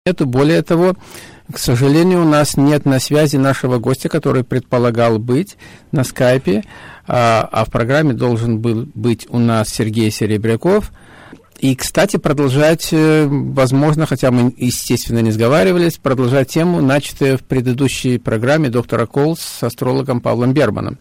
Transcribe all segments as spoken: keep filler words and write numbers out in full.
Нету. Более того, к сожалению, у нас нет на связи нашего гостя, который предполагал быть на скайпе, а, а в программе должен был быть у нас Сергей Серебряков. И, кстати, продолжать, возможно, хотя мы, естественно, не сговаривались, продолжать тему, начатую в предыдущей программе доктора Колс с астрологом Павлом Берманом.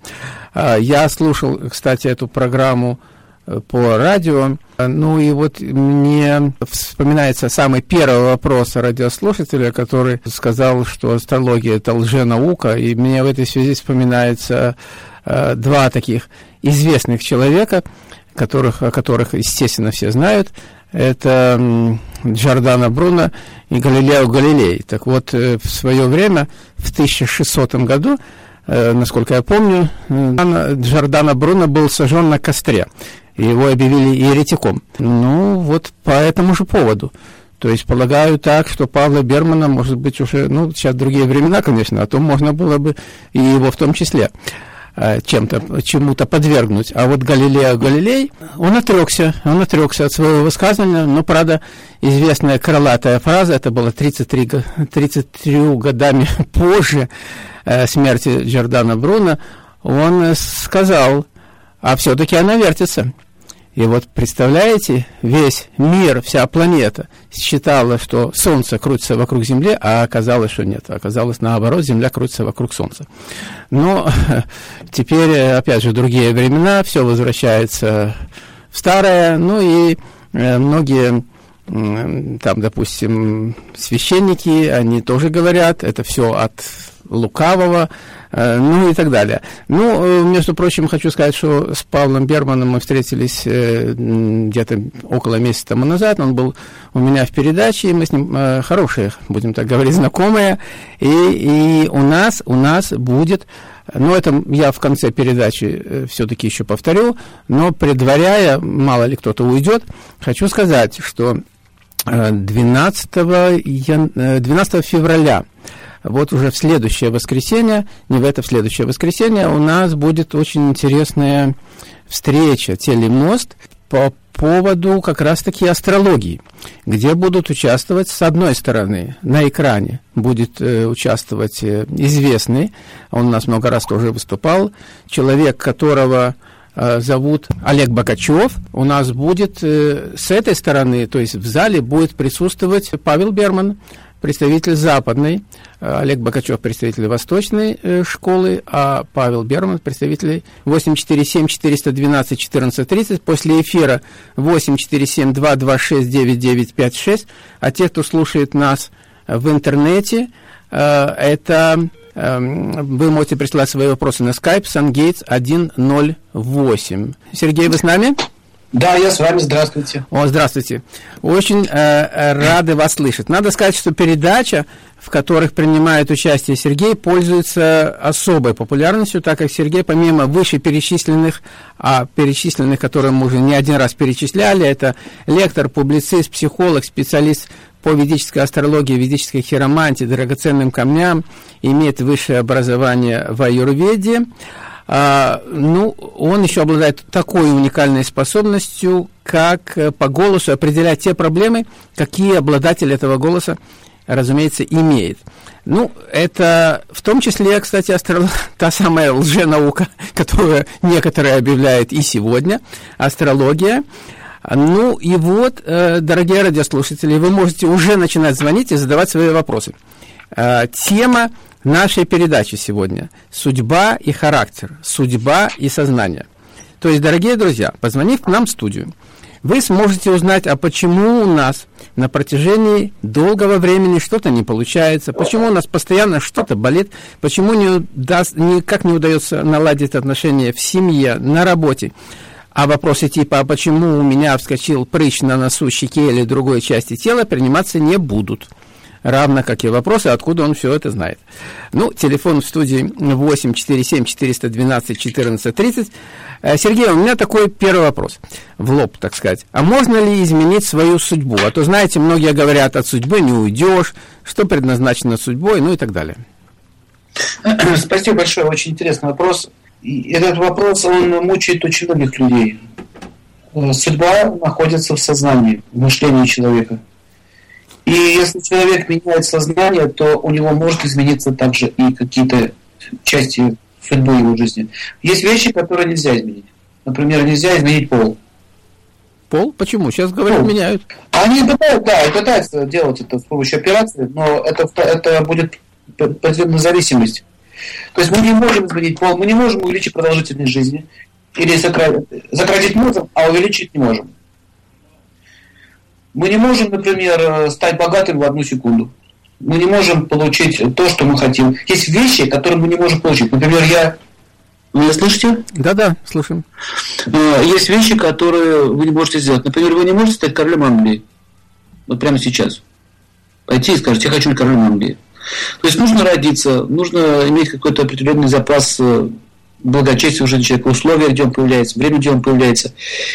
Я слушал, кстати, эту программу по радио. Ну и вот мне вспоминается самый первый вопрос радиослушателя, который сказал, что астрология – это лженаука, и мне в этой связи вспоминается э, два таких известных человека, которых, о которых, естественно, все знают. Это Джордано Бруно и Галилео Галилей. Так вот, в свое время, в тысяча шестисотом году, насколько я помню, Джордано Бруно был сожжен на костре. Его объявили еретиком. Ну, вот по этому же поводу. То есть, полагаю так, что Павла Бермана, может быть, уже, ну, сейчас другие времена, конечно, а то можно было бы и его в том числе чем-то, чему-то подвергнуть. А вот Галилео Галилей, он отрекся, он отрекся от своего высказывания, но, правда, известная крылатая фраза, это было тридцать три, тридцать три годами позже э, смерти Джордано Бруно, он сказал, а все-таки она вертится. И вот, представляете, весь мир, вся планета считала, что Солнце крутится вокруг Земли, а оказалось, что нет. Оказалось, наоборот, Земля крутится вокруг Солнца. Но теперь, опять же, другие времена, все возвращается в старое. Ну и многие, там, допустим, священники, они тоже говорят, это все от лукавого, ну и так далее. Ну, между прочим, хочу сказать, что с Павлом Берманом мы встретились где-то около месяца тому назад. Он был у меня в передаче, и мы с ним хорошие, будем так говорить, знакомые. И, и у нас, у нас будет, ну, это я в конце передачи все-таки еще повторю, но предваряя, мало ли кто-то уйдет, хочу сказать, что двенадцатого февраля, вот уже в следующее воскресенье, не в это, в следующее воскресенье, у нас будет очень интересная встреча, телемост, по поводу как раз-таки астрологии, где будут участвовать, с одной стороны, на экране будет э, участвовать э, известный, он у нас много раз тоже выступал, человек, которого э, зовут Олег Богачев. У нас будет э, с этой стороны, то есть в зале будет присутствовать Павел Берман, представитель западной, Олег Богачев, представитель восточной э, школы, а Павел Берман, представитель восемь четыре семь четыреста двенадцать четырнадцать тридцать, после эфира восемь четыре семь два два шесть девять девять пять шесть, а те, кто слушает нас в интернете, э, это э, вы можете присылать свои вопросы на Skype SunGates сто восемь. Сергей, вы с нами? Да, я с вами, здравствуйте. О, здравствуйте. Очень э, рады вас слышать. Надо сказать, что передача, в которых принимает участие Сергей, пользуется особой популярностью, так как Сергей, помимо вышеперечисленных, а перечисленных, которые мы уже не один раз перечисляли, это лектор, публицист, психолог, специалист по ведической астрологии, ведической хиромантии, драгоценным камням, имеет высшее образование в аюрведе. А, ну, он еще обладает такой уникальной способностью, как по голосу определять те проблемы, какие обладатель этого голоса, разумеется, имеет. Ну, это в том числе, кстати, астролог... та самая лженаука, которую некоторые объявляют и сегодня, астрология. Ну, и вот, дорогие радиослушатели, вы можете уже начинать звонить и задавать свои вопросы. Тема нашей передачи сегодня – судьба и характер, судьба и сознание. То есть, дорогие друзья, позвонив к нам в студию, вы сможете узнать, а почему у нас на протяжении долгого времени что-то не получается, почему у нас постоянно что-то болит, почему не удаст, никак не удается наладить отношения в семье, на работе. А вопросы типа, а почему у меня вскочил прыщ на носу, щеке или другой части тела, приниматься не будут. Равно как и вопросы, откуда он все это знает. Ну, телефон в студии восемь четыре семь четыреста двенадцать четырнадцать тридцать. Сергей, у меня такой первый вопрос, в лоб, так сказать. А можно ли изменить свою судьбу? А то, знаете, многие говорят, от судьбы не уйдешь, что предназначено судьбой, ну и так далее. Спасибо большое, очень интересный вопрос. И этот вопрос, он мучает очень многих людей. Судьба находится в сознании, в мышлении человека. И если человек меняет сознание, то у него может измениться также и какие-то части судьбы его жизни. Есть вещи, которые нельзя изменить. Например, нельзя изменить пол. Пол? Почему? Сейчас, говорят, пол меняют. Они пытаются, да, и пытаются делать это с помощью операции, но это, это будет определенная зависимость. То есть мы не можем изменить пол, мы не можем увеличить продолжительность жизни или сократить можем, а увеличить не можем. Мы не можем, например, стать богатым в одну секунду. Мы не можем получить то, что мы хотим. Есть вещи, которые мы не можем получить. Например, я... Вы меня слышите? Да-да, слушаем. Есть вещи, которые вы не можете сделать. Например, вы не можете стать королем Англии. Вот прямо сейчас. Пойти и скажете, я хочу быть королем Англии. То есть нужно родиться, нужно иметь какой-то определенный запас благочестия у жизни человека, условия, где он появляется, время, где он появляется.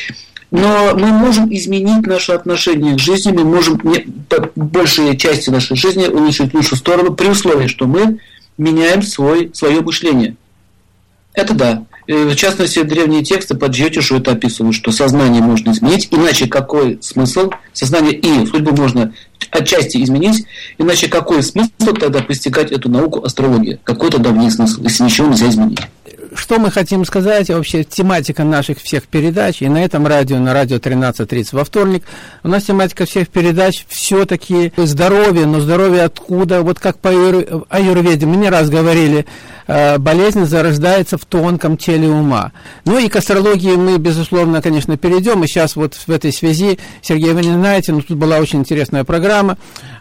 Но мы можем изменить наше отношение к жизни, мы можем большие части нашей жизни улучшить в лучшую сторону при условии, что мы меняем свой, свое мышление. Это да. В частности, древние тексты по Джьотишу это описывают, что сознание можно изменить, иначе какой смысл? Сознание и судьбу можно отчасти изменить, иначе какой смысл тогда постигать эту науку астрология? Какой тогда в ней смысл, если ничего нельзя изменить? Что мы хотим сказать, вообще тематика наших всех передач, и на этом радио, на радио тринадцать тридцать во вторник, у нас тематика всех передач все-таки здоровье, но здоровье откуда? Вот как по аюрведе, мы не раз говорили, болезнь зарождается в тонком теле ума. Ну и к астрологии мы, безусловно, конечно, перейдем, и сейчас вот в этой связи, Сергей, вы не знаете, но тут была очень интересная программа,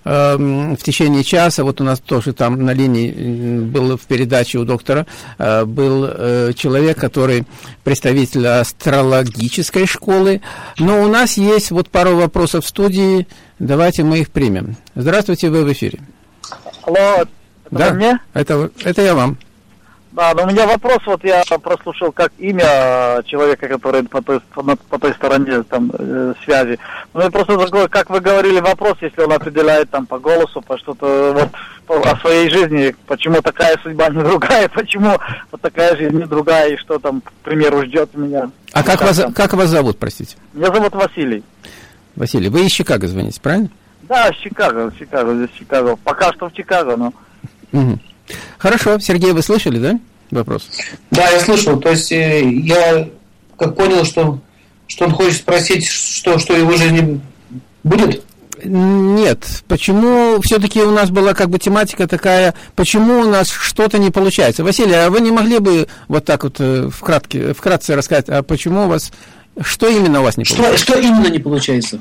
в течение часа, вот у нас тоже там на линии был в передаче у доктора, был человек, который представитель астрологической школы, но у нас есть вот пару вопросов в студии, давайте мы их примем. Здравствуйте, вы в эфире. Алло, это да, мне? Это, это я вам. Да, но у меня вопрос, вот я прослушал, как имя человека, который по той, по той стороне там, э, связи. Ну, просто такой, как вы говорили, вопрос, если он определяет там по голосу, по что-то, вот, по, о своей жизни, почему такая судьба не другая, почему вот такая жизнь не другая, и что там, к примеру, ждет меня. А как, как, вас, как вас зовут, простите? Меня зовут Василий. Василий, вы из Чикаго звоните, правильно? Да, из Чикаго, из Чикаго, здесь Чикаго. Пока что в Чикаго, но... Угу. Хорошо, Сергей, вы слышали, да, вопрос? Да, я слышал. То есть я как понял, что, что он хочет спросить, что, что в его жизни будет? Нет. Почему все-таки у нас была как бы тематика такая, почему у нас что-то не получается? Василий, а вы не могли бы вот так вот вкратце, вкратце рассказать, а почему у вас, что именно у вас не получается? Что, что именно не получается?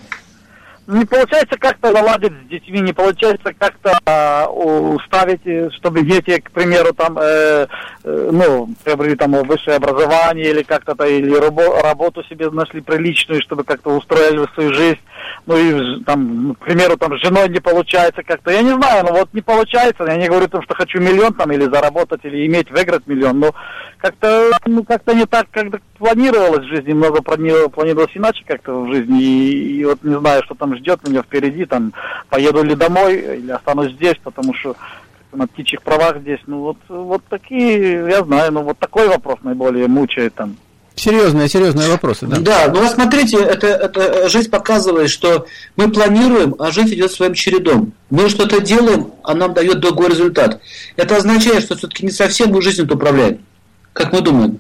Не получается как-то наладить с детьми, не получается как-то э, уставить, чтобы дети, к примеру, там, э, э, ну, приобрели там высшее образование или как-то, или рабо- работу себе нашли приличную, чтобы как-то устроили свою жизнь. Ну и там, ну, к примеру, там с женой не получается как-то. Я не знаю, ну вот не получается. Я не говорю там, что хочу миллион там или заработать, или иметь, выиграть миллион, но как-то, ну, как-то не так, как планировалось в жизни, много планировалось иначе как-то в жизни, и, и вот не знаю, что там ждет меня впереди, там, поеду ли домой, или останусь здесь, потому что на птичьих правах здесь, ну, вот, вот такие, я знаю, ну, вот такой вопрос наиболее мучает там. Серьезные, серьезные вопросы, да? Да, ну, смотрите, это, это жизнь показывает, что мы планируем, а жизнь идет своим чередом. Мы что-то делаем, а нам дает другой результат. Это означает, что все-таки не совсем мы жизнью управляем, как мы думаем.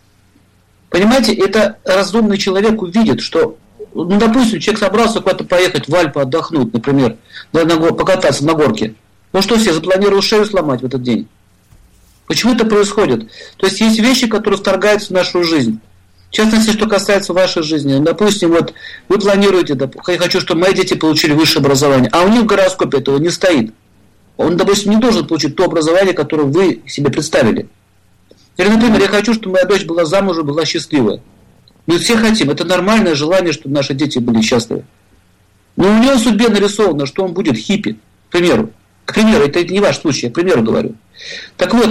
Понимаете, это разумный человек увидит, что, ну, допустим, человек собрался куда-то поехать в Альпы отдохнуть, например, на, на, покататься на горке. Ну что, себе запланировал шею сломать в этот день? Почему это происходит? То есть есть вещи, которые вторгаются в нашу жизнь. В частности, что касается вашей жизни. Допустим, вот вы планируете, я хочу, чтобы мои дети получили высшее образование, а у них в гороскопе этого не стоит. Он, допустим, не должен получить то образование, которое вы себе представили. Или, например, я хочу, чтобы моя дочь была замужем, была счастливая. Мы все хотим, это нормальное желание, чтобы наши дети были счастливы. Но у него в судьбе нарисовано, что он будет хиппи, к примеру. К примеру, это не ваш случай, я к примеру говорю. Так вот,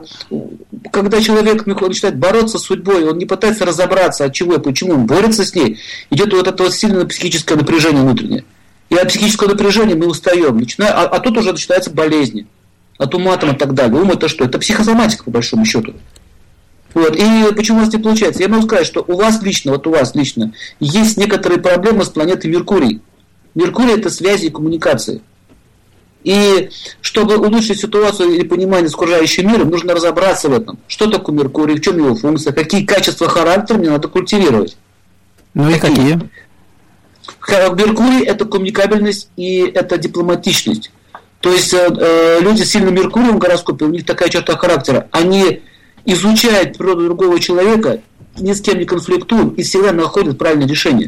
когда человек начинает бороться с судьбой, он не пытается разобраться, от чего и почему, он борется с ней, идет вот это вот сильное психическое напряжение внутреннее. И от психического напряжения мы устаем, начинаем, а, а тут уже начинаются болезни, от ума там и так далее. Ум это что? Это психосоматика, по большому счету. Вот. И почему у вас не получается? Я могу сказать, что у вас лично, вот у вас лично, есть некоторые проблемы с планетой Меркурий. Меркурий – это связи и коммуникации. И чтобы улучшить ситуацию или понимание с окружающим миром, нужно разобраться в этом. Что такое Меркурий, в чем его функция, какие качества характера мне надо культивировать. Ну и какие? Меркурий – это коммуникабельность и это дипломатичность. То есть э, люди с сильным Меркурием в гороскопе, у них такая черта характера. Они изучают природу другого человека, ни с кем не конфликтуют и всегда находят правильное решение.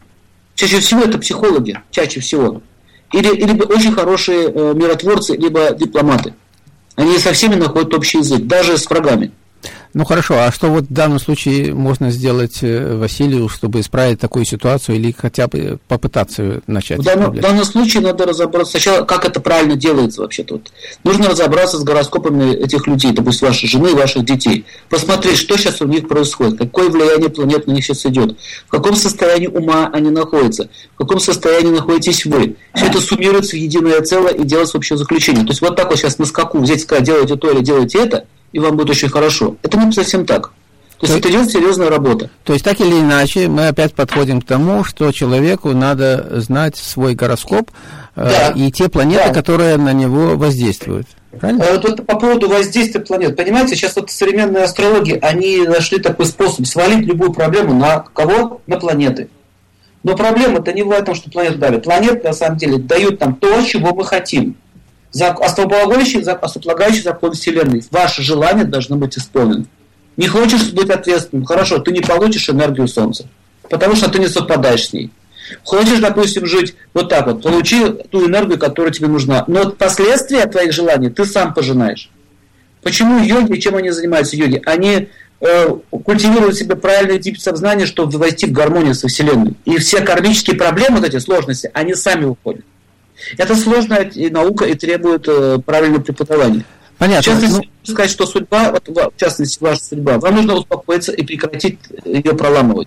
Чаще всего это психологи, чаще всего. Или, или очень хорошие э, миротворцы, либо дипломаты. Они со всеми находят общий язык, даже с врагами. Ну хорошо, а что вот в данном случае можно сделать Василию, чтобы исправить такую ситуацию или хотя бы попытаться начать? В данном, в данном случае надо разобраться сначала, как это правильно делается вообще-то. Вот. Нужно разобраться с гороскопами этих людей, допустим, вашей жены и ваших детей. Посмотреть, что сейчас у них происходит, какое влияние планет на них сейчас идет, в каком состоянии ума они находятся, в каком состоянии находитесь вы. Все это суммируется в единое целое и делается общее заключение. То есть вот так вот сейчас на скаку взять и сказать, делайте то или делайте это, и вам будет очень хорошо. Это не совсем так. То есть то, это идет серьезная работа. То есть так или иначе мы опять подходим к тому, что человеку надо знать свой гороскоп да. э, и те планеты, да. которые на него воздействуют. Правильно? Вот это по поводу воздействия планет. Понимаете, сейчас вот современные астрологи, они нашли такой способ свалить любую проблему на кого? На планеты. Но проблема-то не в этом, что планеты давят. Планеты, на самом деле, дают нам то, чего мы хотим. Основополагающий, основополагающий закон Вселенной. Ваши желания должны быть исполнены. Не хочешь быть ответственным? Хорошо, ты не получишь энергию Солнца, потому что ты не совпадаешь с ней. Хочешь, допустим, жить вот так вот, получи ту энергию, которая тебе нужна. Но последствия твоих желаний ты сам пожинаешь. Почему йоги, чем они занимаются йоги? Они э, культивируют в себе правильный тип сознания, чтобы войти в гармонию со Вселенной. И все кармические проблемы, вот эти сложности, они сами уходят. Это сложная наука и требует э, правильного преподавания. Понятно. В частности, ну... сказать, что судьба, вот, в частности, ваша судьба, вам нужно успокоиться и прекратить ее проламывать.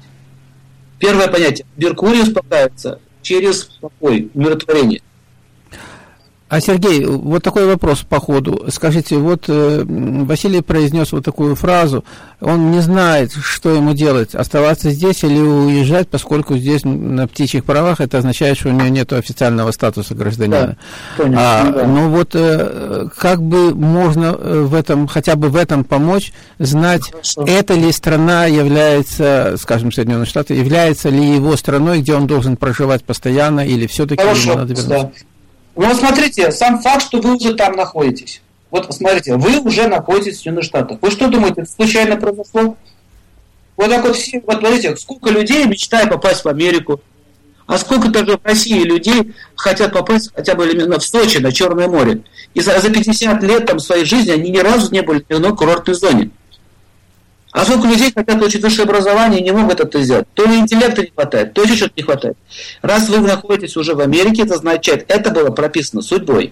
Первое понятие. Меркурий успокаивается через покой, умиротворение. А, Сергей, вот такой вопрос по ходу. Скажите, вот э, Василий произнес вот такую фразу, он не знает, что ему делать, оставаться здесь или уезжать, поскольку здесь на птичьих правах это означает, что у него нет официального статуса гражданина. Да, понятно, а, да. Ну вот э, как бы можно в этом, хотя бы в этом помочь, знать, Хорошо. эта ли страна является, скажем, Соединенные Штаты, является ли его страной, где он должен проживать постоянно, или все-таки ему надо вернуться? Да. Ну, смотрите, сам факт, что вы уже там находитесь. Вот, смотрите, вы уже находитесь в Соединенных Штатах. Вы что думаете, это случайно произошло? Вот так вот все, вот смотрите, сколько людей мечтают попасть в Америку, а сколько даже в России людей хотят попасть хотя бы именно в Сочи, на Черное море. И за, за пятьдесят лет там своей жизни они ни разу не были в одной курортной зоне. А сколько людей хотят получить высшее образование и не могут это взять. То ли интеллекта не хватает, то еще что-то не хватает. Раз вы находитесь уже в Америке, это означает, это было прописано судьбой.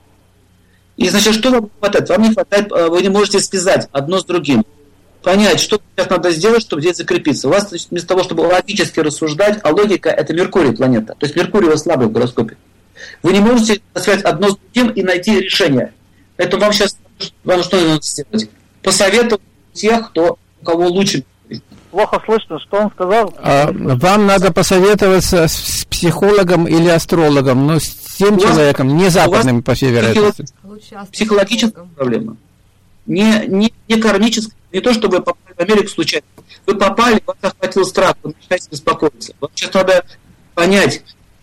И значит, что вам не хватает? Вам не хватает, вы не можете связать одно с другим. Понять, что сейчас надо сделать, чтобы здесь закрепиться. У вас вместо того, чтобы логически рассуждать, а логика – это Меркурий планета. То есть Меркурий у вас слабый в гороскопе. Вы не можете связать одно с другим и найти решение. Поэтому вам сейчас вам что надо сделать? Посоветовать тех, кто у кого лучше. Плохо слышно, что он сказал. А, вам надо посоветоваться с психологом или астрологом, но с тем человеком, не западным, по всей вероятности. Психологическая проблема. Не, не, не кармическая. Не то, что вы попали в Америку случайно. Вы попали, вас охватил страх, вы начинаете беспокоиться. Вам сейчас надо понять.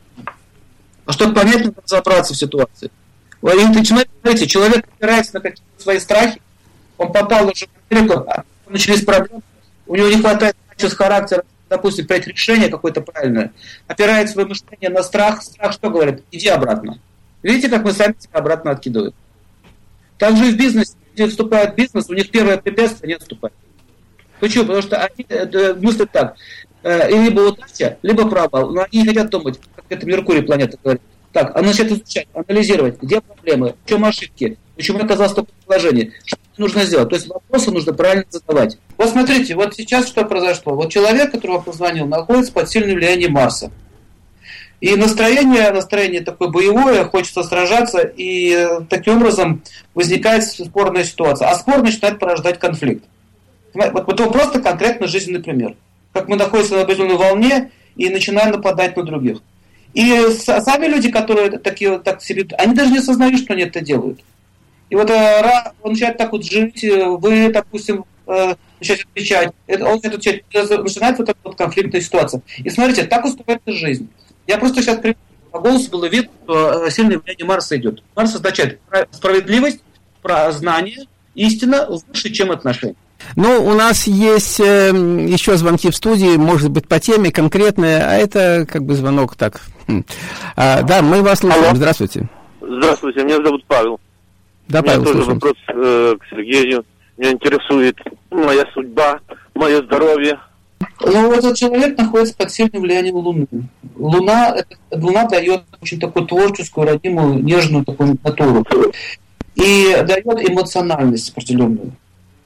А чтобы понять, надо разобраться в ситуации. Вы начинаете, человек опирается на какие-то свои страхи, он попал уже в Америку, а начались проблемы, у него не хватает качества характера, допустим, принять решение какое-то правильное, опирает свое мышление на страх, страх что говорит? Иди обратно. Видите, как мы сами себя обратно откидываем? Также и в бизнесе, люди вступают в бизнес, у них первое препятствие не отступать. Почему? Потому что они э, мыслят так, э, либо удача, либо провал, но они не хотят думать, как это Меркурий планета говорит. Так, она начинает изучать, анализировать, где проблемы, в чем ошибки, почему оказалось в таком положении, что нужно сделать. То есть вопросы нужно правильно задавать. Вот смотрите, вот сейчас что произошло. Вот человек, которого позвонил, находится под сильным влиянием Марса. И настроение, настроение такое боевое, хочется сражаться, и таким образом возникает спорная ситуация. А спор начинает порождать конфликт. Вот это просто конкретно жизненный пример. Как мы находимся на определенной волне и начинаем нападать на других. И сами люди, которые такие так себе, они даже не осознают, что они это делают. И вот он начинает так вот жить, вы, допустим, начинаете отвечать, он начинает вот эта вот конфликтная ситуация. И смотрите, так устроена жизнь. Я просто сейчас по голосу было видно, что сильное влияние Марса идет. Марс означает справедливость, знание, истина лучше, чем отношения. Ну, у нас есть э, еще звонки в студии, может быть, по теме конкретные, а это как бы звонок так. А, да, мы вас слушаем. Алло. Здравствуйте. Здравствуйте, меня зовут Павел. Да, У меня Павел, тоже слушаем. вопрос э, к Сергею. Меня интересует моя судьба, мое здоровье. Ну, этот человек находится под сильным влиянием Луны. Луна, это, Луна дает очень такую творческую, родимую, нежную такую натуру. И дает эмоциональность определенную.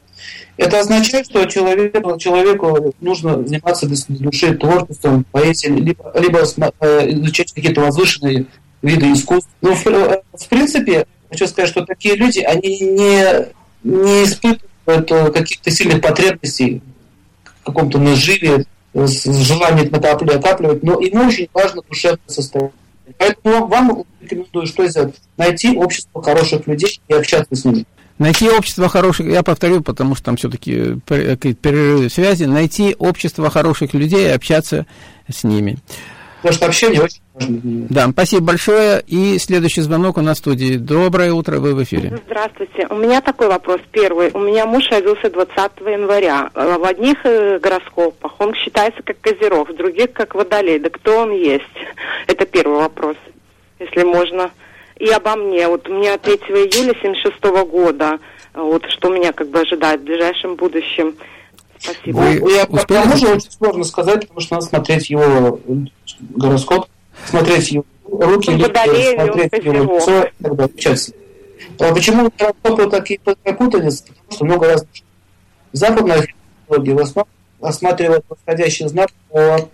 Это означает, что человеку, человеку нужно заниматься для души творчеством, поэзией, либо, либо изучать какие-то возвышенные виды искусств. Но в, в принципе, хочу сказать, что такие люди, они не, не испытывают каких-то сильных потребностей в каком-то наживе, желание накапливать, но им очень важно душевное состояние. Поэтому вам рекомендую что сделать? Найти общество хороших людей и общаться с ними. Найти общество хороших, я повторю, потому что там все-таки перерывы связи, найти общество хороших людей и общаться с ними. Потому что общение очень важно. Да, спасибо большое. И следующий звонок у нас в студии. Доброе утро, вы в эфире. Здравствуйте. У меня такой вопрос. Первый. У меня муж родился двадцатого января. В одних гороскопах он считается как Козерог, в других как Водолей. Да кто он есть? Это первый вопрос, если можно. И обо мне. Вот у меня третьего июля семьдесят шестого года. Вот что меня как бы ожидает в ближайшем будущем. Спасибо. Вы Я по мужу очень сложно сказать, потому что надо смотреть его гороскоп, смотреть его руки, лица, смотреть его лицо и так далее. А почему гороскопы такие путаницы? Потому что много разных. Западная филология осматривает восходящий знак по,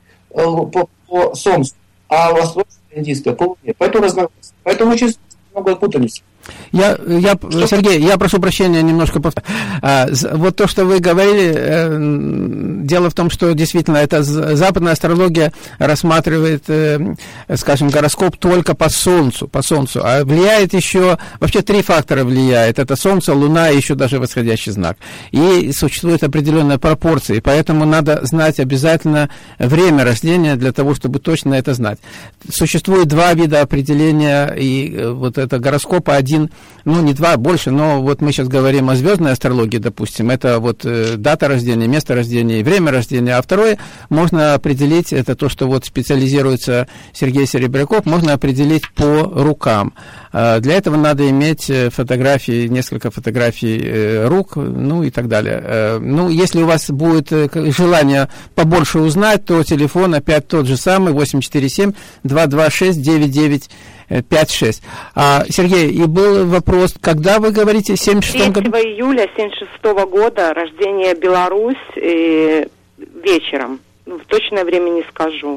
по, по Солнцу, а восточная индийская по Луне. Поэтому разногласия. Поэтому очень много путаниц. Я, я, Сергей, я прошу прощения, немножко повторю. А, вот то, что вы говорили, э, дело в том, что действительно эта западная астрология рассматривает, э, скажем, гороскоп только по Солнцу, по Солнцу, а влияет еще, вообще три фактора влияет, это Солнце, Луна и еще даже восходящий знак. И существует определенная пропорция, поэтому надо знать обязательно время рождения для того, чтобы точно это знать. Существует два вида определения, и вот это гороскопа один, ну, не два, больше, но вот мы сейчас говорим о звездной астрологии, допустим, это вот э, дата рождения, место рождения и время рождения, а второе можно определить, это то, что вот специализируется Сергей Серебряков, можно определить по рукам. Э, для этого надо иметь фотографии, несколько фотографий э, рук, ну и так далее. Э, ну, если у вас будет желание побольше узнать, то телефон опять тот же самый, восемь четыре семь два два шесть девять девять пять шесть. А, Сергей, и был вопрос, когда вы говорите, в семьдесят шестом году? третьего июля семьдесят шестого года, рождение Беларусь, и вечером. В точное время не скажу.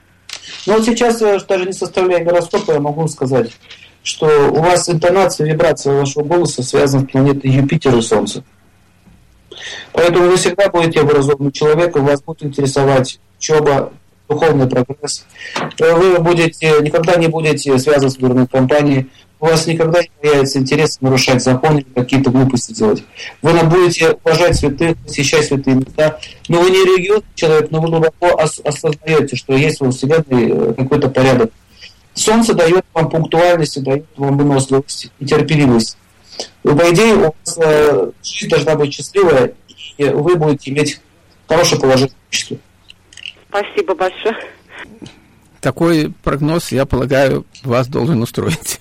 Ну вот сейчас, даже не составляя гороскопа, я могу сказать, что у вас интонация, вибрация вашего голоса связана с планетой Юпитер и Солнце. Поэтому вы всегда будете образованным человеком, вас будет интересовать учеба, духовный прогресс. Вы будете, никогда не будете связаны с дурной компанией. У вас никогда не появится интерес нарушать законы или какие-то глупости делать. Вы будете уважать святых, посещать святые места. Но вы не религиозный человек, но вы глубоко ос- осознаете, что есть во Вселенной какой-то порядок. Солнце дает вам пунктуальность, дает вам выносливость и терпеливость. И, по идее, у вас э, жизнь должна быть счастливая, и вы будете иметь хорошее положение в обществе. Спасибо большое. Такой прогноз, я полагаю, вас должен устроить.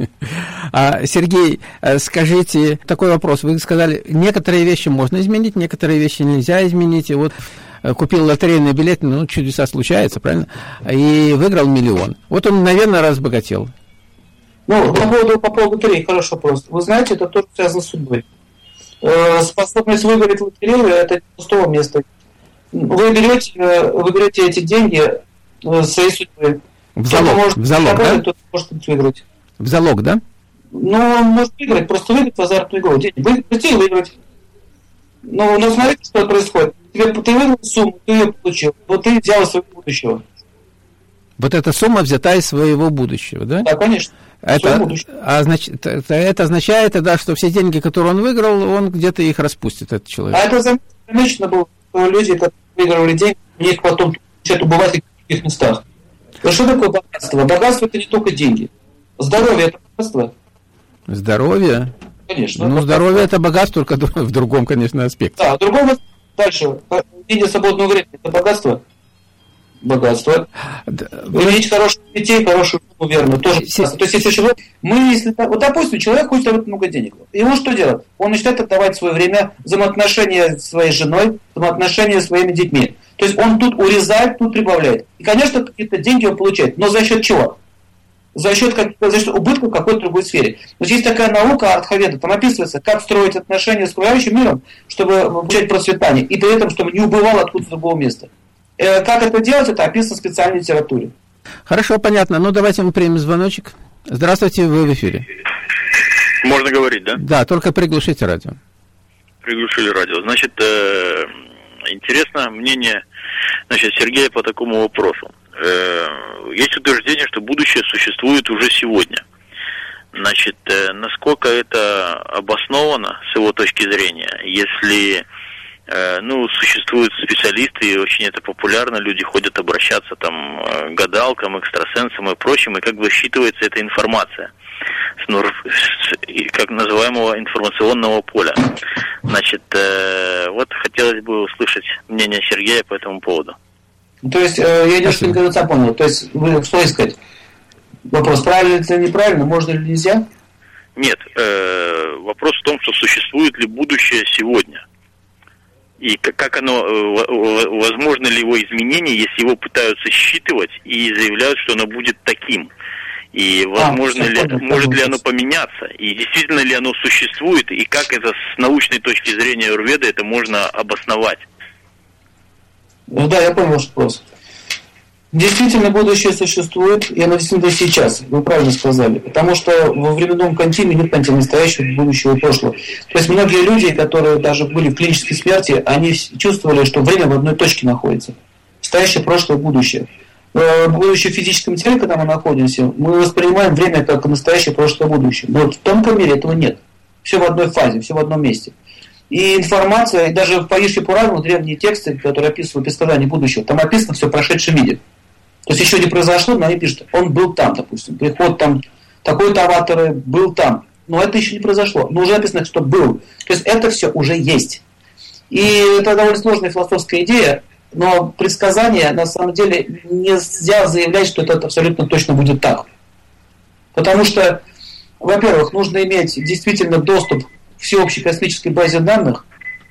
А, Сергей, скажите, такой вопрос. Вы сказали, некоторые вещи можно изменить, некоторые вещи нельзя изменить. И вот купил лотерейный билет, ну, чудеса случаются, правильно? И выиграл миллион. Вот он, наверное, разбогател. Ну, по поводу, по поводу лотереи, хороший вопрос. Вы знаете, это тоже связано с судьбой. Э, способность выиграть лотерею – это пустого места. Вы берете, вы берете эти деньги своей судьбы. В залог, может, в залог, да? Кто-то может выиграть. В залог, да? Ну, он может выиграть, просто выиграть в азартную игру. Деньги и выиграть. Но, но смотрите, что происходит. Тебе, ты выиграл сумму, ты ее получил. Вот ты взял своего будущего. Вот эта сумма взята из своего будущего, да? Да, конечно. Это, а, значит, это, это означает тогда, что все деньги, которые он выиграл, он где-то их распустит, этот человек. А это замечено было, что люди, которые выигрывали деньги, у них потом начинают убывать в других местах. Но что такое богатство? Богатство – это не только деньги. Здоровье – это богатство. Здоровье? Конечно. Ну, здоровье – это богатство, только в другом, конечно, аспекте. Да, в другом дальше. Видя свободного времени – это богатство. Богатство. Да. Иметь хороших детей, хорошую жену, верную, тоже богатство. То есть, если человек, мы, если, вот, допустим, человек хочет заработать много денег. Ему что делать? Он начинает отдавать свое время взаимоотношения с своей женой, взаимоотношения с своими детьми. То есть, он тут урезает, тут прибавляет. И, конечно, какие-то деньги он получает. Но за счет чего? За счет, за счет убытка в какой-то другой сфере. Вот есть такая наука артховеда, там описывается, как строить отношения с окружающим миром, чтобы получать процветание, и при этом, чтобы не убывало откуда-то с другого места. Как это делать, это описано в специальной литературе. Хорошо, понятно. Ну, давайте мы примем звоночек. Здравствуйте, вы в эфире. Можно говорить, да? Да, только приглушите радио. Приглушили радио. Значит, э, интересно мнение, значит, Сергея по такому вопросу. Э, есть утверждение, что будущее существует уже сегодня. Значит, э, насколько это обосновано с его точки зрения, если... Ну, существуют специалисты, и очень это популярно, люди ходят обращаться там к гадалкам, экстрасенсам и прочим, и как бы считывается эта информация с, с как называемого информационного поля. Значит, э, вот хотелось бы услышать мнение Сергея по этому поводу. То есть, э, я немножко не до конца понял, то есть, вы что искать? Вопрос, правильно или неправильно, можно или нельзя? Нет, э, вопрос в том, что существует ли будущее сегодня. И как оно, возможно ли его изменение, если его пытаются считывать и заявляют, что оно будет таким? И возможно а, ли, понял, может ли оно поменяться? И действительно ли оно существует? И как это с научной точки зрения аюрведы это можно обосновать? Ну да, я понял ваш вопрос. Действительно, будущее существует, и оно действительно сейчас, вы правильно сказали. Потому что во временном континууме нет понятия настоящего, будущего и прошлого. То есть многие люди, которые даже были в клинической смерти, они чувствовали, что время в одной точке находится. Настоящее, прошлое, будущее. Будущее в физическом теле, когда мы находимся, мы воспринимаем время как настоящее, прошлое, будущее. Но в тонком мире этого нет. Все в одной фазе, все в одном месте. И информация, и даже в Павишье Пурану, древние тексты, которые описывают предсказания будущего, там описано все в прошедшем виде. То есть еще не произошло, но они пишут, он был там, допустим, приход там, такой-то аватар был там. Но это еще не произошло. Но уже написано, что был. То есть это все уже есть. И это довольно сложная философская идея, но предсказание, на самом деле, нельзя заявлять, что это абсолютно точно будет так. Потому что, во-первых, нужно иметь действительно доступ к всеобщей космической базе данных,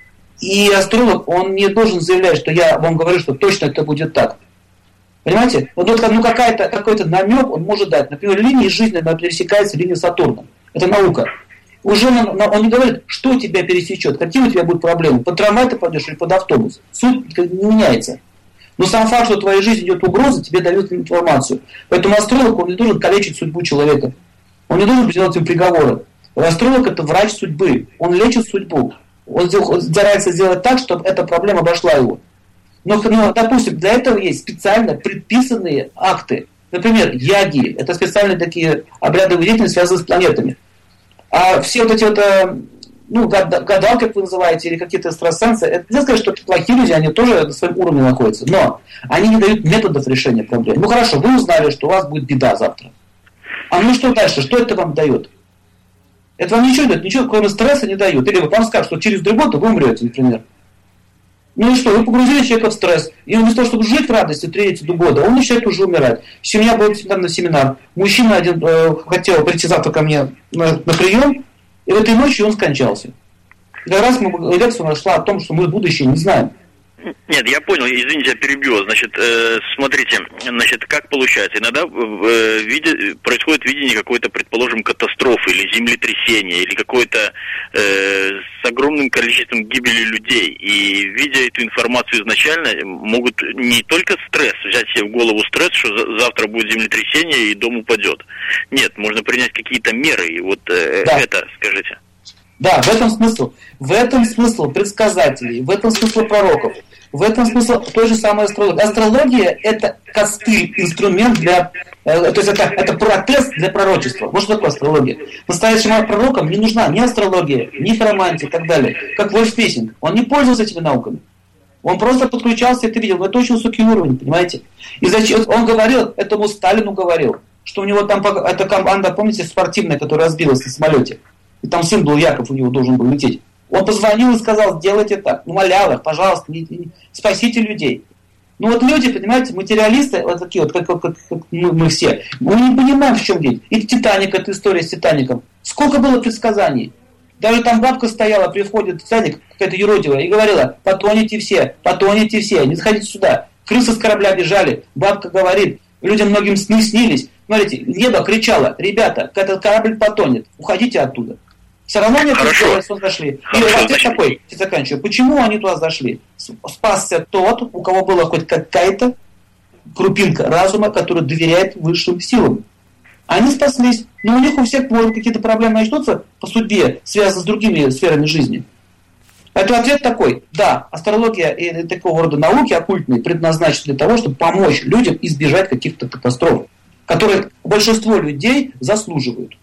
и астролог, он не должен заявлять, что я вам говорю, что точно это будет так. Понимаете? Вот ну, какая-то, какой-то намек он может дать. Например, линия жизни пересекается линией Сатурна. Это наука. Уже он, он не говорит, что тебя пересечет, какие у тебя будут проблемы. Под трамвай ты пойдешь или под автобус. Суть не меняется. Но сам факт, что в твоей жизни идет угроза, тебе дает информацию. Поэтому астролог, он не должен калечить судьбу человека. Он не должен делать им приговоры. Астролог – это врач судьбы. Он лечит судьбу. Он старается сделать так, чтобы эта проблема обошла его. Но, но, допустим, для этого есть специально предписанные акты. Например, яги. Это специальные такие обрядовые деятельности, связанные с планетами. А все вот эти вот, ну, гадалки, как вы называете, или какие-то экстрасенсы, это нельзя сказать, что это плохие люди, они тоже на своем уровне находятся. Но они не дают методов решения проблем. Ну хорошо, вы узнали, что у вас будет беда завтра. А ну что дальше? Что это вам дает? Это вам ничего не дает, ничего, кроме стресса не дает. Или вам скажут, что через три года вы умрете, например. Ну и что, вы погрузили человека в стресс, и вместо того, чтобы жить в радости три года, он начинает уже умирать. У меня был недавно семинар, мужчина один э, хотел прийти завтра ко мне на, на прием, и в этой ночи он скончался. И как раз мы, лекция шла о том, что мы будущее не знаем. Нет, я понял, извините, я перебью. Значит, э, смотрите, значит, как получается, иногда э, виде, происходит видение какой-то, предположим, катастрофы или землетрясения, или какой-то э, с огромным количеством гибели людей. И видя эту информацию изначально, могут не только стресс, взять себе в голову стресс, что за, завтра будет землетрясение и дом упадет. Нет, можно принять какие-то меры, и вот э, да. это скажите. Да, в этом смысл. В этом смысл предсказателей, в этом смысл пророков. В этом смысл той же самой астрологии. Астрология – это костыль, инструмент для... Э, то есть это, это протез для пророчества. Вот что такое астрология. Настоящим пророкам не нужна ни астрология, ни хиромантия и так далее. Как Вольф Мессинг. Он не пользовался этими науками. Он просто подключался, и ты видел. Но это очень высокий уровень, понимаете? И зачем он говорил, этому Сталину говорил, что у него там... Это команда, помните, спортивная, которая разбилась на самолете. И там сын был Яков, у него должен был лететь. Он позвонил и сказал, сделайте так. Умолял их, пожалуйста, не, не, спасите людей. Ну вот люди, понимаете, материалисты, вот такие вот, как, как, как мы, мы все, мы не понимаем, в чем дело. И Титаник, эта история с Титаником. Сколько было предсказаний? Даже там бабка стояла при входе в Титаник, какая-то юродивая, и говорила, потонете все, потонете все, не заходите сюда. Крысы с корабля бежали, бабка говорит, людям многим сны снились. Смотрите, небо кричало, ребята, этот корабль потонет, уходите оттуда. Все равно они туда зашли. И ответ такой, я заканчиваю. Почему они туда зашли? Спасся тот, у кого была хоть какая-то крупинка разума, который доверяет высшим силам. Они спаслись, но у них у всех может какие-то проблемы начнутся по судьбе, связанные с другими сферами жизни. Поэтому ответ такой, да, астрология и такого рода науки оккультные предназначены для того, чтобы помочь людям избежать каких-то катастроф, которые большинство людей заслуживают.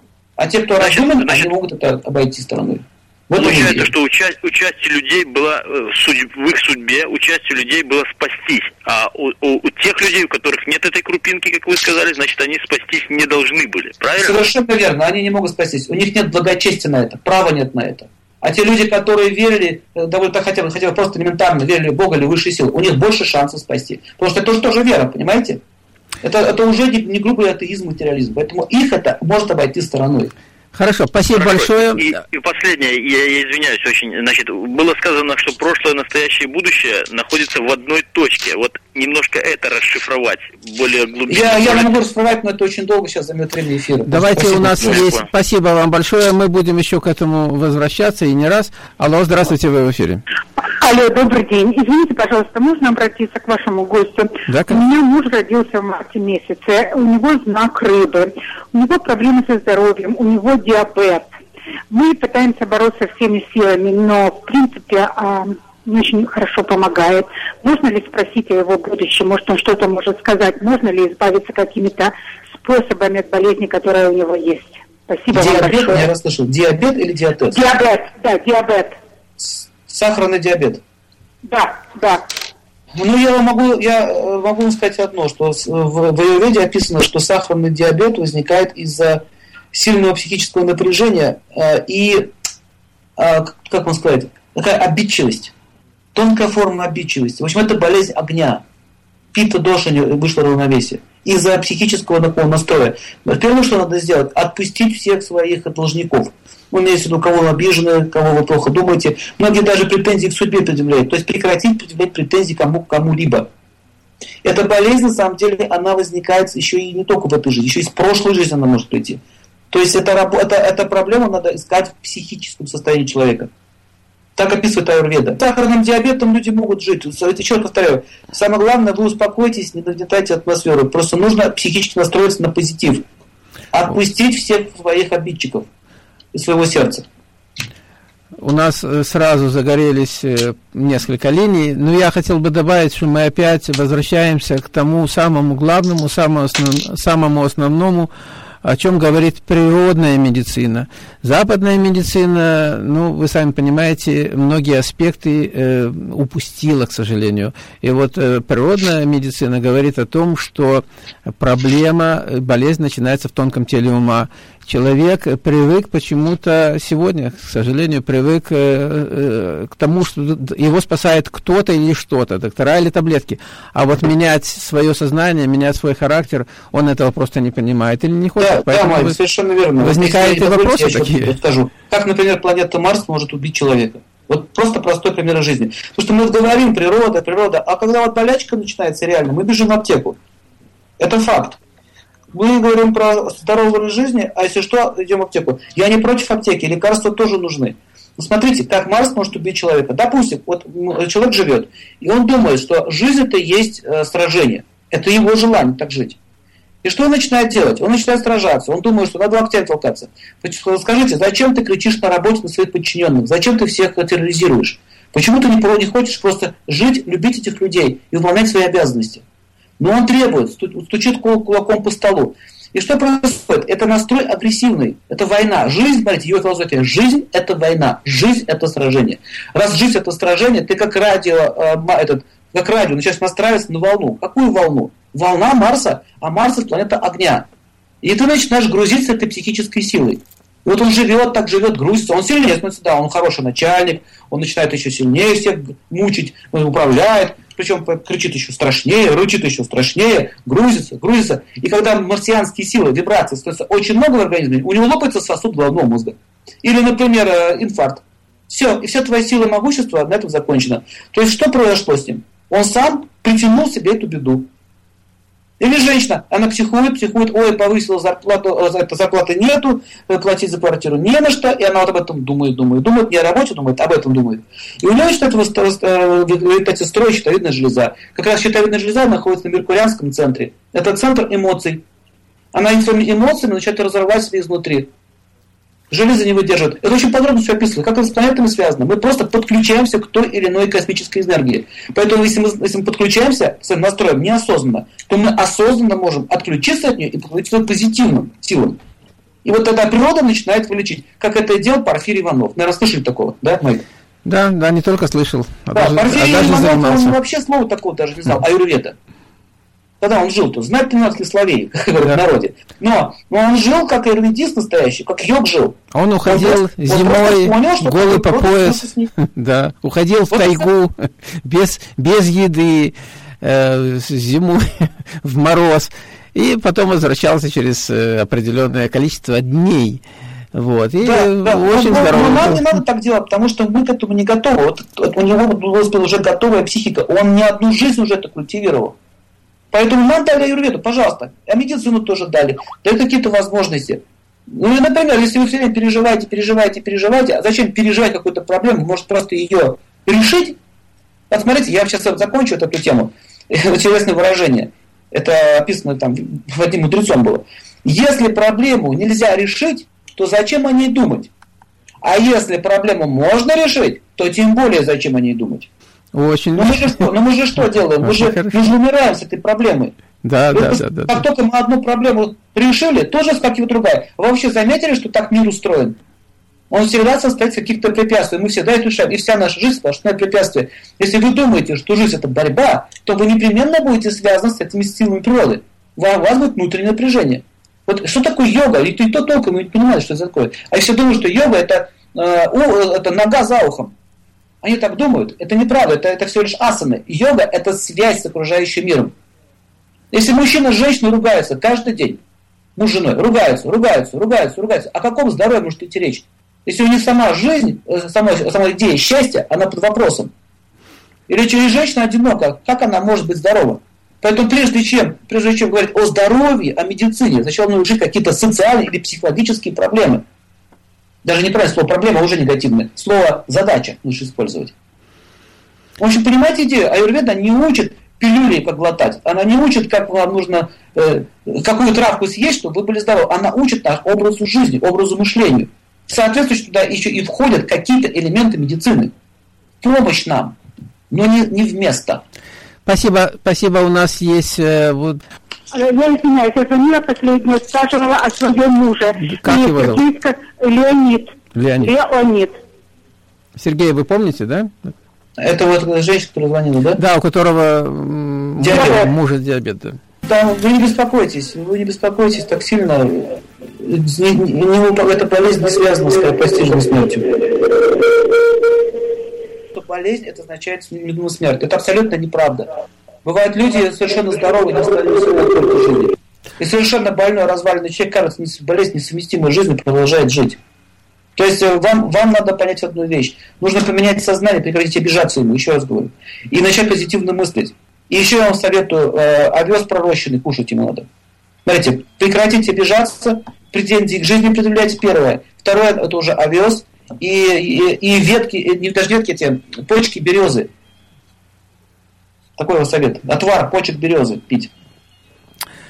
А те, кто разумен, значит, они могут это обойти стороной. Получается, что уча- участие людей было в, судь- в их судьбе, участие людей было спастись. А у, у, у тех людей, у которых нет этой крупинки, как вы сказали, значит, они спастись не должны были. Правильно? Совершенно верно. Они не могут спастись. У них нет благочестия на это, права нет на это. А те люди, которые верили, довольно хотя бы, хотя бы просто элементарно верили в Бога или высшие силы, у них больше шансов спасти. Потому что это тоже, тоже вера, понимаете? Это, это уже не, не грубый атеизм, материализм. Поэтому их это может обойти стороной. Хорошо, спасибо Хорошо. большое. И, и последнее, я, я извиняюсь очень. Значит, было сказано, что прошлое, настоящее и будущее находятся в одной точке. Вот немножко это расшифровать более глубоко. Я, я могу расшифровать, но это очень долго сейчас займет время эфира. Давайте, спасибо. У нас ну, есть... Спасибо вам большое. Мы будем еще к этому возвращаться и не раз. Алло, здравствуйте, вы в эфире. Алло, добрый день. Извините, пожалуйста, можно обратиться к вашему гостю? Да, у меня муж родился в марте месяце, у него знак рыбы, у него проблемы со здоровьем, у него диабет. Мы пытаемся бороться всеми силами, но, в принципе, не очень хорошо помогает. Можно ли спросить о его будущем? Может, он что-то может сказать? Можно ли избавиться какими-то способами от болезни, которая у него есть? Спасибо диабет, вам большое. Я расслышал. Диабет или диатез? Диабет, да, диабет. Сахарный диабет. Да, да. Ну, я могу, я могу вам сказать одно, что в, в аюрведе описано, что сахарный диабет возникает из-за сильного психического напряжения э, и, э, как вам сказать, такая обидчивость, тонкая форма обидчивости. В общем, это болезнь огня. Пита-доша вышло равновесие. Из-за психического такого настроя. Первое, что надо сделать, отпустить всех своих должников. Ну, имеется в виду, кого вы обижены, кого вы плохо думаете. Многие даже претензии к судьбе предъявляют. То есть прекратить предъявлять претензии кому, кому-либо. Эта болезнь, на самом деле, она возникает еще и не только в этой жизни, еще и с прошлой жизни она может прийти. То есть это, это, эта проблема надо искать в психическом состоянии человека. Так описывает аюрведа. С сахарным диабетом люди могут жить. Еще раз повторяю, самое главное, вы успокойтесь, не нагнетайте атмосферу. Просто нужно психически настроиться на позитив. Отпустить всех своих обидчиков из своего сердца. У нас сразу загорелись несколько линий, но я хотел бы добавить, что мы опять возвращаемся к тому самому главному, самому, основ... самому основному, о чем говорит природная медицина. Западная медицина, ну, вы сами понимаете, многие аспекты э, упустила, к сожалению. И вот э, природная медицина говорит о том, что проблема, болезнь начинается в тонком теле ума. Человек привык почему-то сегодня, к сожалению, привык э, э, к тому, что его спасает кто-то или что-то, доктора или таблетки. А вот менять свое сознание, менять свой характер, он этого просто не понимает или не хочет. Да, да, Майк, совершенно верно. Возникают и вопросы такие. Скажу. Как, например, планета Марс может убить человека? Вот просто простой пример жизни. Потому что мы говорим, природа, природа, а когда вот болячка начинается реально, мы бежим в аптеку. Это факт. Мы говорим про здоровый образ жизни, а если что, идем в аптеку. Я не против аптеки, лекарства тоже нужны. Но смотрите, как Марс может убить человека. Допустим, вот человек живет, и он думает, что жизнь это и есть э, сражение. Это его желание так жить. И что он начинает делать? Он начинает сражаться. Он думает, что надо локтями толкаться. Скажите, зачем ты кричишь на работе на своих подчиненных? Зачем ты всех терроризируешь? Почему ты не, не хочешь просто жить, любить этих людей и выполнять свои обязанности? Но он требует, стучит кулаком по столу. И что происходит? Это настрой агрессивный, это война. Жизнь, смотрите, его философия, жизнь это война, жизнь это сражение. Раз жизнь это сражение, ты как радио, э, этот, как радио начинаешь настраиваться на волну. Какую волну? Волна Марса, а Марс это планета огня. И ты начинаешь грузиться этой психической силой. И вот он живет, так живет, грузится, он сильнее, смотрите, да, он хороший начальник, он начинает еще сильнее всех мучить, он управляет, причем кричит еще страшнее, рычит еще страшнее, грузится, грузится. И когда марсианские силы, вибрации становятся очень много в организме, у него лопается сосуд головного мозга. Или, например, инфаркт. Все, и вся твоя сила и могущество на этом закончено. То есть, что произошло с ним? Он сам притянул себе эту беду. Или женщина, она психует, психует, ой, повысила зарплату, зарплаты нету, платить за квартиру не на что, и она вот об этом думает, думает, думает, не о работе думает, об этом думает. И у нее начинает эти строить щитовидная железа. Как раз щитовидная железа находится на меркурианском центре. Это центр эмоций. Она своими эмоциями начинает разорвать себя изнутри. Железо не выдерживает. Это очень подробно все описано. Как это с планетами связано? Мы просто подключаемся к той или иной космической энергии. Поэтому, если мы, если мы подключаемся своим настроем неосознанно, то мы осознанно можем отключиться от нее и подключиться к позитивным силам. И вот тогда природа начинает вылечить. Как это делал Порфирий Иванов. Наверное, слышали такого, да, Майк? Да, да, не только слышал, а да, даже, Порфирий а даже Иванов, занимался. Он вообще слова такого даже не знал, аюрведа. Когда он жил, то знает тринадцать словей, как говорят в народе. Но, но он жил как аюрведист настоящий, как йог жил. Он уходил он зимой, он понял, голый по пояс, да, уходил в тайгу, без, без еды, э, зимой, в мороз, и потом возвращался через определенное количество дней. Вот, и да, да. очень но, здорово. Но нам не надо так делать, потому что мы к этому не готовы. Вот, вот у него была уже готовая психика, он не одну жизнь уже это культивировал. Поэтому нам дали аюрведу, пожалуйста. А медицину тоже дали. Дают какие-то возможности. Ну и, например, если вы все время переживаете, переживаете, переживаете, а зачем переживать какую-то проблему? Может просто ее решить? Вот смотрите, я сейчас закончу эту тему. Интересное выражение. Это описано там одним мудрецом было. Если проблему нельзя решить, то зачем о ней думать? А если проблему можно решить, то тем более зачем о ней думать? Очень. Но мы же что, но мы же что делаем? Мы же, мы же умираем с этой проблемой. Да, да, да, да. Как да. только мы одну проблему решили, тоже скакивает другая. Вы вообще заметили, что так мир устроен? Он всегда состоит из каких-то препятствий. Мы всегда их решаем. И вся наша жизнь сплошное препятствие. Если вы думаете, что жизнь это борьба, то вы непременно будете связаны с этими силами природы. У вас будет внутреннее напряжение. Вот что такое йога? Никто, никто толком не понимает, что это такое. А все думают, что йога это, э, это нога за ухом. Они так думают. Это неправда, это, это всего лишь асаны. Йога – это связь с окружающим миром. Если мужчина с женщиной ругаются каждый день, муж с женой ругаются, ругаются, ругаются, ругаются, о каком здоровье может идти речь? Если у них сама жизнь, сама, сама идея счастья, она под вопросом. Или через женщина одинока, как она может быть здорова? Поэтому прежде чем, прежде чем говорить о здоровье, о медицине, сначала нужно решить какие-то социальные или психологические проблемы. Даже неправильно слово «проблема» уже негативное. Слово «задача» лучше использовать. В общем, понимаете идею? Аюрведа не учит пилюли, как глотать. Она не учит, как вам нужно э, какую травку съесть, чтобы вы были здоровы. Она учит нас образу жизни, образу мышления. Соответственно, туда еще и входят какие-то элементы медицины. Помощь нам, но не, не вместо. Спасибо, спасибо. У нас есть... Э, вот... Я извиняюсь, я звонила последнее, спрашивала о своем муже. Как его зовут? Леонид. Леонид. Леонид. Сергей, вы помните, да? Это вот женщина, которая звонила, да? Да, у которого диабет. Мужа диабет, да. Да, вы не беспокойтесь, вы не беспокойтесь так сильно. Не, не, не, эта болезнь не связана с скоропостижной смертью. Болезнь, это означает немедленную смерть. Это абсолютно неправда. Бывают люди совершенно здоровые, не остались только жили. И совершенно больной, разваленный человек, кажется, болезнь несовместимой с жизнью, продолжает жить. То есть вам, вам надо понять одну вещь. Нужно поменять сознание, прекратить обижаться ему, еще раз говорю. И начать позитивно мыслить. И еще я вам советую, э, овес пророщенный кушать ему надо. Смотрите, прекратите обижаться, претензии к жизни предъявляйте, первое. Второе, это уже овес и, и, и ветки, не даже ветки, эти почки березы. Такой вот совет. Отвар почек березы пить.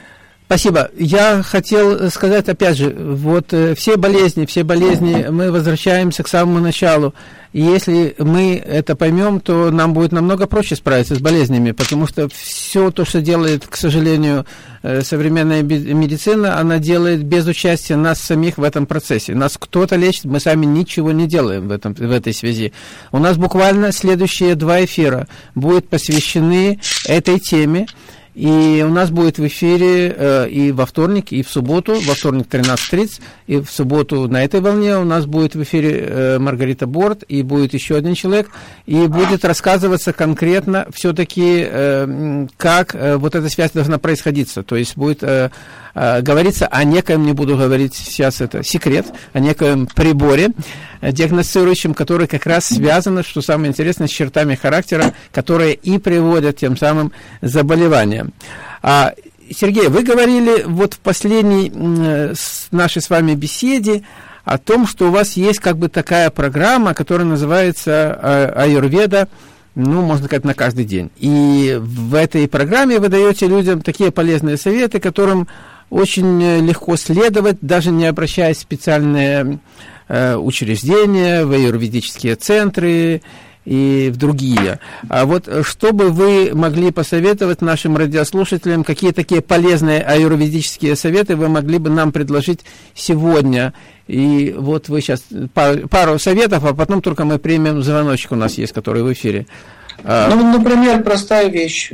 Спасибо. Я хотел сказать, опять же, вот все болезни, все болезни, мы возвращаемся к самому началу. И если мы это поймем, то нам будет намного проще справиться с болезнями, потому что все то, что делает, к сожалению, современная медицина, она делает без участия нас самих в этом процессе. Нас кто-то лечит, мы сами ничего не делаем в, этом, в этой связи. У нас буквально следующие два эфира будут посвящены этой теме. И у нас будет в эфире э, и во вторник, и в субботу, во вторник тринадцать тридцать, и в субботу на этой волне у нас будет в эфире э, Маргарита Борт, и будет еще один человек, и будет рассказываться конкретно все-таки, э, как э, вот эта связь должна происходить. То есть будет э, э, говориться о некоем, не буду говорить сейчас, это секрет, о некоем приборе э, диагностирующем, который как раз связан, что самое интересное, с чертами характера, которые и приводят тем самым заболеваниям. А, Сергей, вы говорили вот в последней э, с нашей с вами беседе о том, что у вас есть как бы такая программа, которая называется э, Аюрведа, ну, можно сказать, на каждый день. И в этой программе вы даете людям такие полезные советы, которым очень легко следовать, даже не обращаясь в специальные э, учреждения, в аюрведические центры и в другие. А вот что бы вы могли посоветовать нашим радиослушателям, какие такие полезные аюрведические советы вы могли бы нам предложить сегодня? И вот вы сейчас пару, пару советов, а потом только мы примем звоночек у нас есть, который в эфире. Ну, например, простая вещь.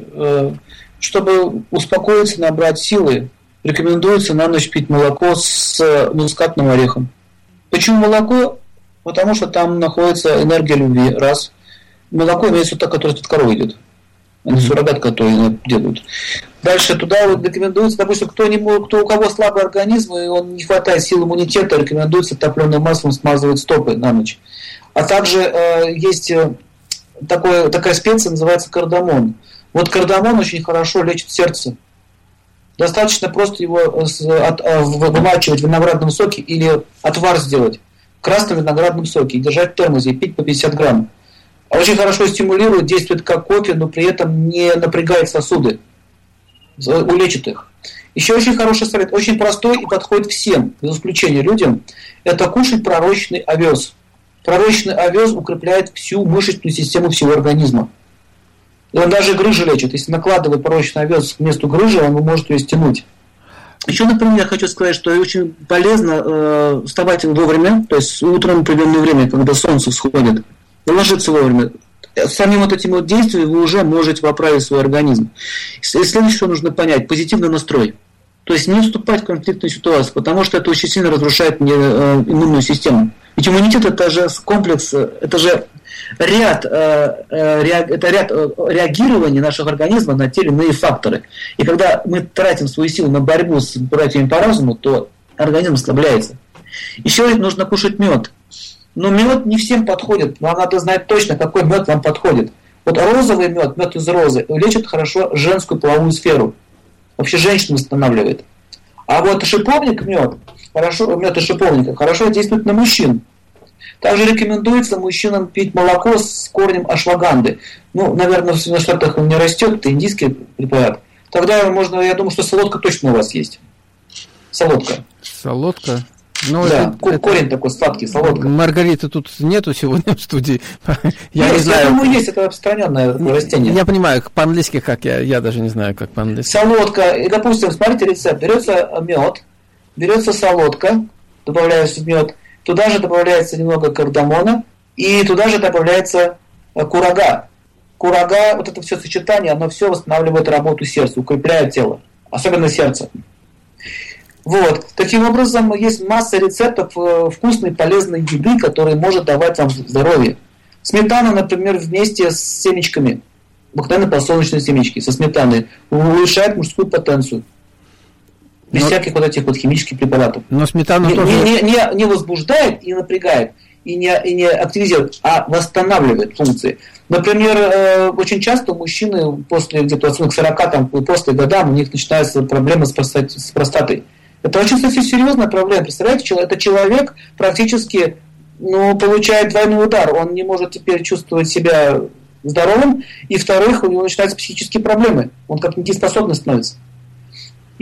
Чтобы успокоиться, набрать силы, рекомендуется на ночь пить молоко с мускатным орехом. Почему молоко? Потому что там находится энергия любви, раз. Молоко имеется то, которое от коровы идет, а не суррогат, который делают. Дальше туда вот рекомендуется, допустим, кто, не, кто у кого слабый организм, и он не хватает сил иммунитета, рекомендуется топленым маслом смазывать стопы на ночь. А также э, есть такое, такая специя, называется кардамон. Вот кардамон очень хорошо лечит сердце. Достаточно просто его от, от, вымачивать в виноградном соке или отвар сделать в красном виноградном соке и держать в термосе и пить по пятьдесят грамм. Очень хорошо стимулирует, действует как кофе, но при этом не напрягает сосуды, улечит их. Еще очень хороший совет, очень простой и подходит всем, без исключения людям, это кушать пророщенный овес. Пророщенный овес укрепляет всю мышечную систему всего организма. И он даже грыжи лечит. Если накладывать пророщенный овес к месту грыжи, он может ее стянуть. Еще, например, я хочу сказать, что очень полезно э, вставать вовремя, то есть утром в определенное время, когда солнце всходит, ложиться вовремя. Самим вот этим вот действием вы уже можете поправить свой организм. И следующее, что нужно понять, позитивный настрой. То есть не вступать в конфликтную ситуацию, потому что это очень сильно разрушает иммунную систему. Ведь иммунитет это же комплекс, это же ряд, это ряд реагирований нашего организма на те или иные факторы. И когда мы тратим свою силу на борьбу с братьями по разуму, то организм ослабляется. Еще нужно кушать мед. Но мед не всем подходит. Вам надо знать точно, какой мед вам подходит. Вот розовый мед, мед из розы, лечит хорошо женскую половую сферу. Вообще женщину восстанавливает. А вот шиповник мед, хорошо, мед из шиповника, хорошо действует на мужчин. Также рекомендуется мужчинам пить молоко с корнем ашваганды. Ну, наверное, в Соединенных Штатах он не растет, это индийский препарат. Тогда можно, я думаю, что солодка точно у вас есть. Солодка. Солодка? Ну, да, это, корень это... такой сладкий, солодка. Маргариты тут нету сегодня в студии. Я Нет, не знаю. Я думаю, есть, это распространенное растение. Я понимаю, по-английски как, я, я даже не знаю, как по-английски. Солодка, и, допустим, смотрите рецепт. Берется мед, берется солодка, добавляется в мед, туда же добавляется немного кардамона, и туда же добавляется курага. Курага, вот это все сочетание, оно все восстанавливает работу сердца, укрепляет тело, особенно сердце. Вот. Таким образом, есть масса рецептов вкусной, полезной еды, которые может давать вам здоровье. Сметана, например, вместе с семечками, обыкновенно подсолнечные семечки, со сметаной, улучшает мужскую потенцию. Без но, всяких вот этих вот химических препаратов. Но сметана не, тоже... Не, не, не возбуждает и напрягает, и не, и не активизирует, а восстанавливает функции. Например, э, очень часто мужчины после где-то к сорока, там, после годам у них начинаются проблемы с простатой. С простатой. Это очень, кстати, серьезная проблема. Представляете, это человек практически ну, получает двойной удар. Он не может теперь чувствовать себя здоровым. И, во-вторых, у него начинаются психические проблемы. Он как недееспособный становится.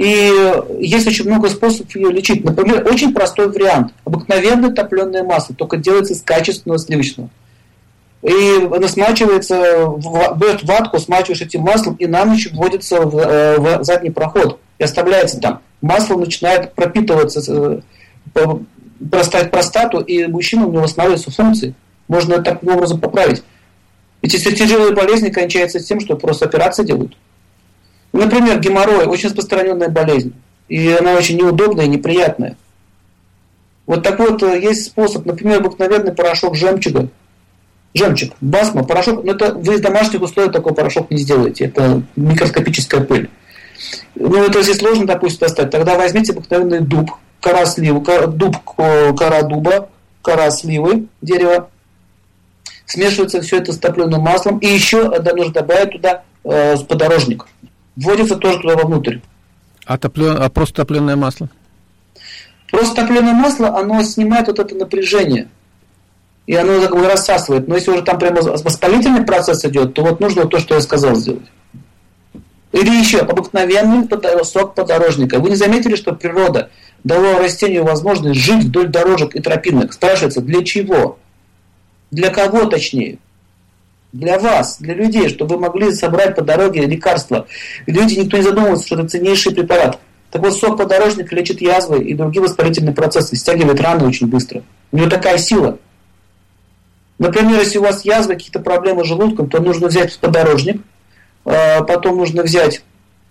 И есть очень много способов ее лечить. Например, очень простой вариант. Обыкновенное топленое масло, только делается из качественного сливочного. И оно смачивается, берет ватку, смачиваешь этим маслом, и на ночь вводится в, в задний проход. И оставляется там. Масло начинает пропитываться, простать простату, и мужчина, у него восстанавливаются функции. Можно таким образом поправить. Ведь если тяжелые болезни кончаются тем, что просто операции делают. Например, геморрой – очень распространенная болезнь. И она очень неудобная и неприятная. Вот так вот, есть способ, например, обыкновенный порошок жемчуга. Жемчуг, басма, порошок. Но это вы из домашних условий такой порошок не сделаете. Это микроскопическая пыль. Ну, это если сложно, допустим, достать, тогда возьмите обыкновенный дуб, кора сливы, дуб, кора дуба, кора сливы, дерево. Смешивается все это с топленым маслом. И еще нужно добавить туда э, подорожник. Вводится тоже туда вовнутрь. А, топлен... а просто топленое масло? Просто топленое масло, оно снимает вот это напряжение. И оно как бы рассасывает. Но если уже там прямо воспалительный процесс идет, то вот нужно вот то, что я сказал, сделать. Или еще обыкновенный сок подорожника. Вы не заметили, что природа дала растению возможность жить вдоль дорожек и тропинок? Спрашивается, для чего? Для кого точнее? Для вас, для людей, чтобы вы могли собрать по дороге лекарства. И люди, никто не задумывается, что это ценнейший препарат. Так вот, сок подорожника лечит язвы и другие воспалительные процессы, стягивает раны очень быстро. У него такая сила. Например, если у вас язвы, какие-то проблемы с желудком, то нужно взять подорожник, потом нужно взять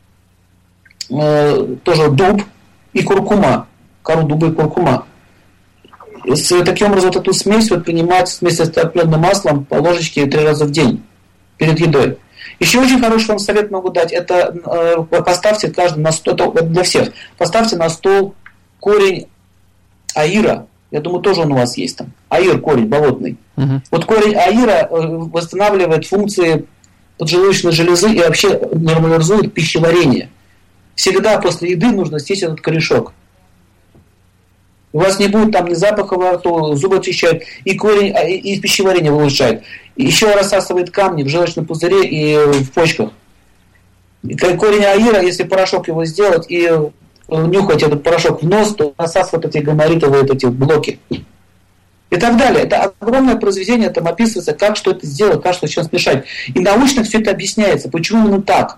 тоже дуб и куркума, кору дуба и куркума. С таким образом, вот эту смесь вот принимать вместе с топленым маслом по ложечке три раза в день перед едой. Еще очень хороший вам совет могу дать. Это э, поставьте каждый на стол, это для всех, поставьте на стол корень аира. Я думаю, тоже он у вас есть там. Аир, корень болотный. Uh-huh. Вот корень аира восстанавливает функции поджелудочной железы и вообще нормализует пищеварение. Всегда после еды нужно съесть этот корешок. У вас не будет там ни запаха во рту, зубы очищают, и корень, и, и пищеварение улучшает. Еще рассасывает камни в желчном пузыре и в почках. И корень аира, если порошок его сделать и нюхать этот порошок в нос, то рассасывает эти гайморитовые эти блоки. И так далее. Это огромное произведение, там описывается, как что это сделать, как что сейчас смешать. И научно все это объясняется, почему именно так.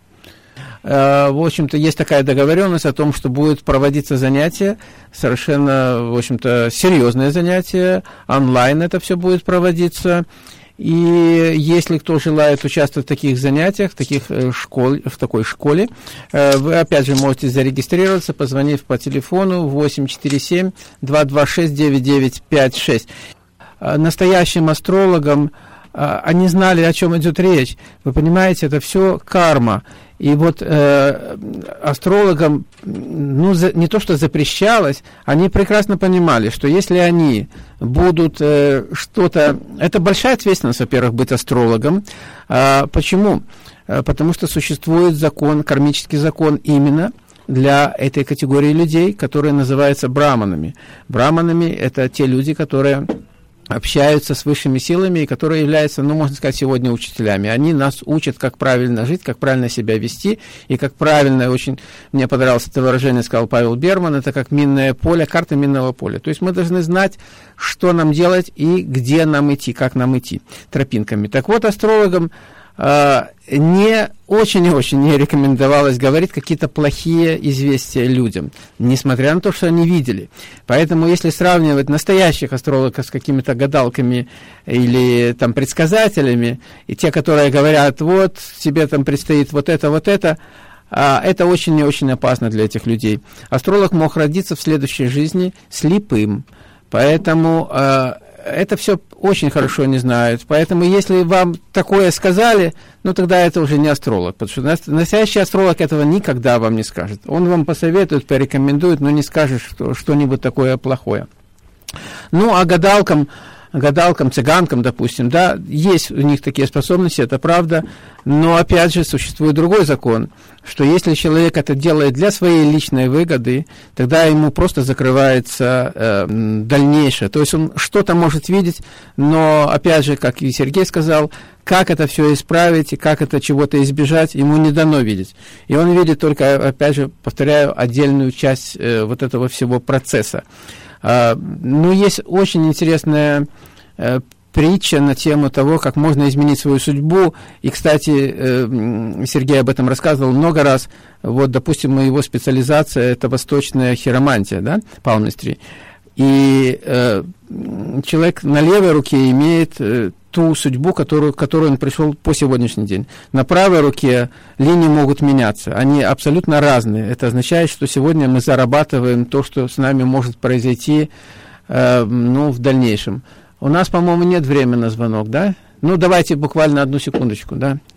В общем-то, есть такая договоренность о том, что будет проводиться занятие, совершенно, в общем-то, серьезное занятие, онлайн это все будет проводиться. И если кто желает участвовать в таких занятиях, в, таких школ, в такой школе, вы опять же можете зарегистрироваться, позвонив по телефону восемь четыре семь два два шесть девять девять пять шесть. Настоящим астрологам они знали, о чем идет речь. Вы понимаете, это все карма. И вот э, астрологам, ну, за, не то что запрещалось, они прекрасно понимали, что если они будут э, что-то... Это большая ответственность, во-первых, быть астрологом. А, почему? А, потому что существует закон, кармический закон именно для этой категории людей, которые называются браманами. Браманами – это те люди, которые общаются с высшими силами и которые являются, ну, можно сказать, сегодня учителями. Они нас учат, как правильно жить, как правильно себя вести, и как правильно, очень мне понравилось это выражение, сказал Павел Берман, это как минное поле, карта минного поля. То есть мы должны знать, что нам делать и где нам идти, как нам идти тропинками. Так вот, астрологам Uh, не очень и очень не рекомендовалось говорить какие-то плохие известия людям, несмотря на то, что они видели. Поэтому, если сравнивать настоящих астрологов с какими-то гадалками или там предсказателями, и те, которые говорят, вот, тебе там предстоит вот это, вот это, uh, это очень и очень опасно для этих людей. Астролог мог родиться в следующей жизни слепым, поэтому... Uh, это все очень хорошо не знают. Поэтому, если вам такое сказали, ну, тогда это уже не астролог. Потому что настоящий астролог этого никогда вам не скажет. Он вам посоветует, порекомендует, но не скажет что, что-нибудь такое плохое. Ну, а гадалкам, гадалкам, цыганкам, допустим, да, есть у них такие способности, это правда, но, опять же, существует другой закон, что если человек это делает для своей личной выгоды, тогда ему просто закрывается э, дальнейшее. То есть он что-то может видеть, но, опять же, как и Сергей сказал, как это все исправить и как это чего-то избежать, ему не дано видеть. И он видит только, опять же, повторяю, отдельную часть э, вот этого всего процесса. Э, ну, есть очень интересная э, притча на тему того, как можно изменить свою судьбу. И, кстати, э, Сергей об этом рассказывал много раз. Вот, допустим, его специализация – это восточная хиромантия, да, палмистри. И э, человек на левой руке имеет э, ту судьбу, которую, к которой он пришел по сегодняшний день. На правой руке линии могут меняться. Они абсолютно разные. Это означает, что сегодня мы зарабатываем то, что с нами может произойти э, ну, в дальнейшем. У нас, по-моему, нет времени на звонок, да? Ну, давайте буквально одну секундочку, да?